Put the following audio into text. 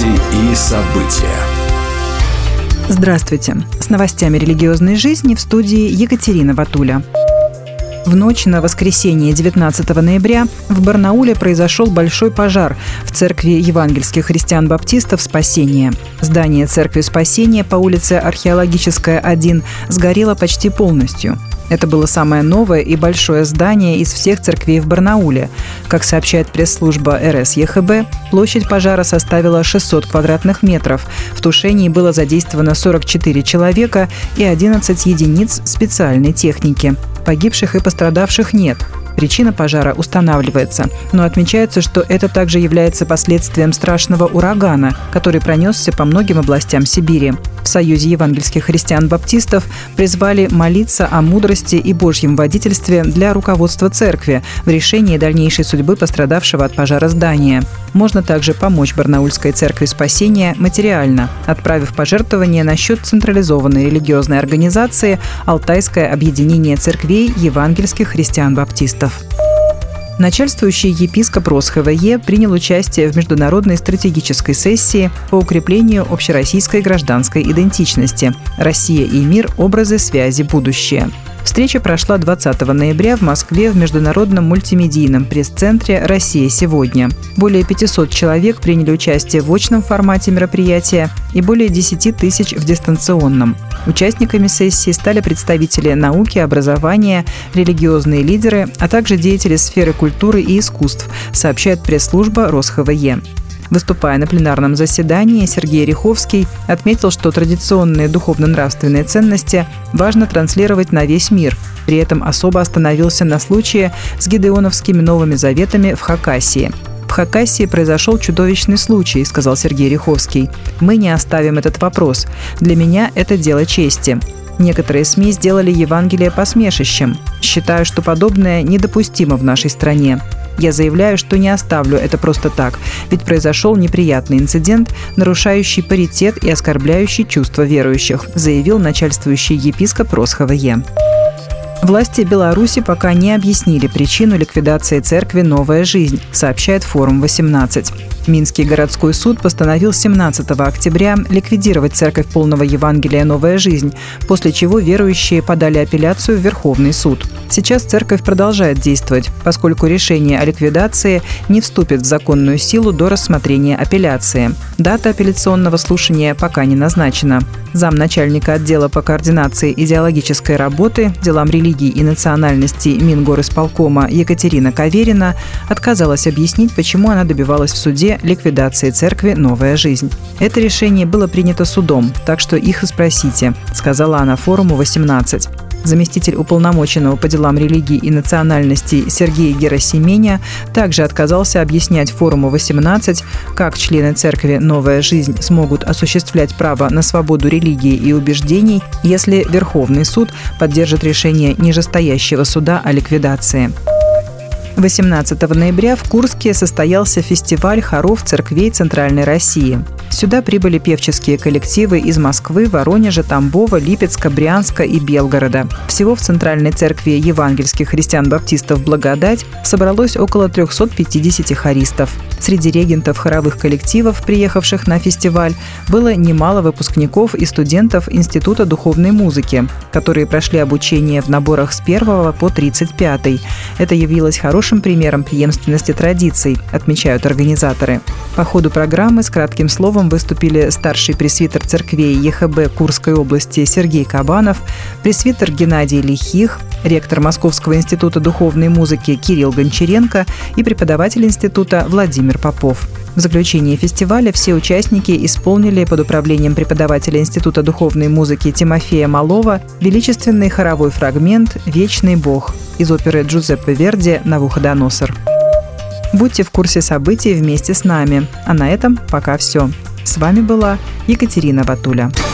Новости и события. Здравствуйте! С новостями религиозной жизни в студии Екатерина Ватуля. В ночь на воскресенье 19 ноября в Барнауле произошел большой пожар в церкви евангельских христиан-баптистов «Спасение». Здание церкви «Спасение» по улице Археологическая, 1 сгорело почти полностью. Это было самое новое и большое здание из всех церквей в Барнауле. Как сообщает пресс-служба РСЕХБ, площадь пожара составила 600 квадратных метров. В тушении было задействовано 44 человека и 11 единиц специальной техники. Погибших и пострадавших нет. Причина пожара устанавливается, но отмечается, что это также является последствием страшного урагана, который пронесся по многим областям Сибири. В Союзе евангельских христиан-баптистов призвали молиться о мудрости и Божьем водительстве для руководства церкви в решении дальнейшей судьбы пострадавшего от пожара здания. Можно также помочь Барнаульской церкви «Спасения» материально, отправив пожертвование на счет централизованной религиозной организации «Алтайское объединение церквей евангельских христиан-баптистов». Начальствующий епископ РосХВЕ принял участие в международной стратегической сессии по укреплению общероссийской гражданской идентичности «Россия и мир. Образы, связи, будущее». Встреча прошла 20 ноября в Москве в международном мультимедийном пресс-центре «Россия сегодня». Более 500 человек приняли участие в очном формате мероприятия и более 10 тысяч в дистанционном. Участниками сессии стали представители науки, образования, религиозные лидеры, а также деятели сферы культуры и искусств, сообщает пресс-служба РосХВЕ. Выступая на пленарном заседании, Сергей Риховский отметил, что традиционные духовно-нравственные ценности важно транслировать на весь мир. При этом особо остановился на случае с гидеоновскими новыми заветами в Хакасии. В Хакасии произошел чудовищный случай, сказал Сергей Риховский. Мы не оставим этот вопрос. Для меня это дело чести. Некоторые СМИ сделали Евангелие посмешищем. Считаю, что подобное недопустимо в нашей стране. Я заявляю, что не оставлю это просто так, ведь произошел неприятный инцидент, нарушающий паритет и оскорбляющий чувства верующих, заявил начальствующий епископ РосХВЕ. Власти Беларуси пока не объяснили причину ликвидации церкви «Новая жизнь», сообщает Форум-18. Минский городской суд постановил 17 октября ликвидировать церковь полного Евангелия «Новая жизнь», после чего верующие подали апелляцию в Верховный суд. Сейчас церковь продолжает действовать, поскольку решение о ликвидации не вступит в законную силу до рассмотрения апелляции. Дата апелляционного слушания пока не назначена. Замначальника отдела по координации идеологической работы, делам религии и национальностей Мингорисполкома Екатерина Каверина отказалась объяснить, почему она добивалась в суде ликвидации церкви «Новая жизнь». Это решение было принято судом, так что их и спросите, сказала она Форуму-18. Заместитель уполномоченного по делам религии и национальностей Сергей Герасименя также отказался объяснять Форуму-18, как члены церкви «Новая жизнь» смогут осуществлять право на свободу религии и убеждений, если Верховный суд поддержит решение нижестоящего суда о ликвидации. 18 ноября в Курске состоялся фестиваль хоров церквей Центральной России. Сюда прибыли певческие коллективы из Москвы, Воронежа, Тамбова, Липецка, Брянска и Белгорода. Всего в Центральной церкви евангельских христиан-баптистов «Благодать» собралось около 350 хористов. Среди регентов хоровых коллективов, приехавших на фестиваль, было немало выпускников и студентов Института духовной музыки, которые прошли обучение в наборах с 1 по 35. Это явилось хорошим примером преемственности традиций, отмечают организаторы. По ходу программы с кратким словом выступили старший пресвитер церквей ЕХБ Курской области Сергей Кабанов, пресвитер Геннадий Лихих, ректор Московского института духовной музыки Кирилл Гончаренко и преподаватель института Владимир Попов. В заключении фестиваля все участники исполнили под управлением преподавателя Института духовной музыки Тимофея Малова величественный хоровой фрагмент «Вечный Бог» из оперы Джузеппе Верди «Навуходоносор». Будьте в курсе событий вместе с нами. А на этом пока все. С вами была Екатерина Ватуля.